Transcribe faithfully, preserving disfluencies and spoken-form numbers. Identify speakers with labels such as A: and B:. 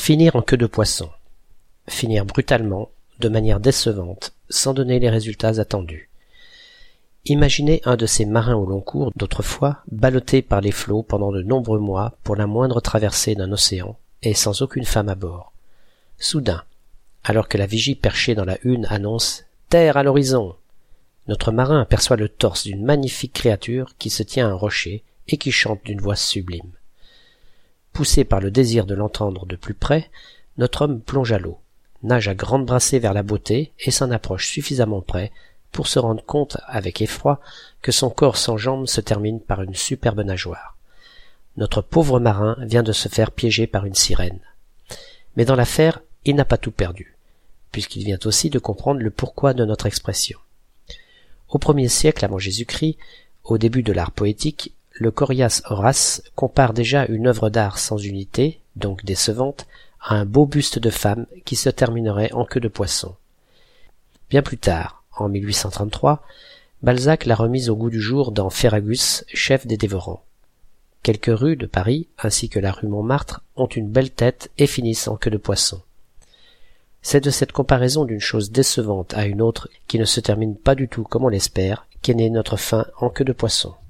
A: Finir en queue de poisson. Finir brutalement, de manière décevante, sans donner les résultats attendus. Imaginez un de ces marins au long cours d'autrefois, ballotté par les flots pendant de nombreux mois pour la moindre traversée d'un océan, et sans aucune femme à bord. Soudain, alors que la vigie perchée dans la hune annonce « Terre à l'horizon !», notre marin aperçoit le torse d'une magnifique créature qui se tient à un rocher et qui chante d'une voix sublime. Poussé par le désir de l'entendre de plus près, notre homme plonge à l'eau, nage à grandes brassées vers la beauté et s'en approche suffisamment près pour se rendre compte avec effroi que son corps sans jambes se termine par une superbe nageoire. Notre pauvre marin vient de se faire piéger par une sirène. Mais dans l'affaire, il n'a pas tout perdu, puisqu'il vient aussi de comprendre le pourquoi de notre expression. Au premier siècle avant Jésus-Christ, au début de l'art poétique, le coriace Horace compare déjà une œuvre d'art sans unité, donc décevante, à un beau buste de femme qui se terminerait en queue de poisson. Bien plus tard, en mille huit cent trente-trois, Balzac l'a remise au goût du jour dans Ferragus, chef des dévorants. Quelques rues de Paris, ainsi que la rue Montmartre, ont une belle tête et finissent en queue de poisson. C'est de cette comparaison d'une chose décevante à une autre qui ne se termine pas du tout comme on l'espère qu'est née notre fin en queue de poisson.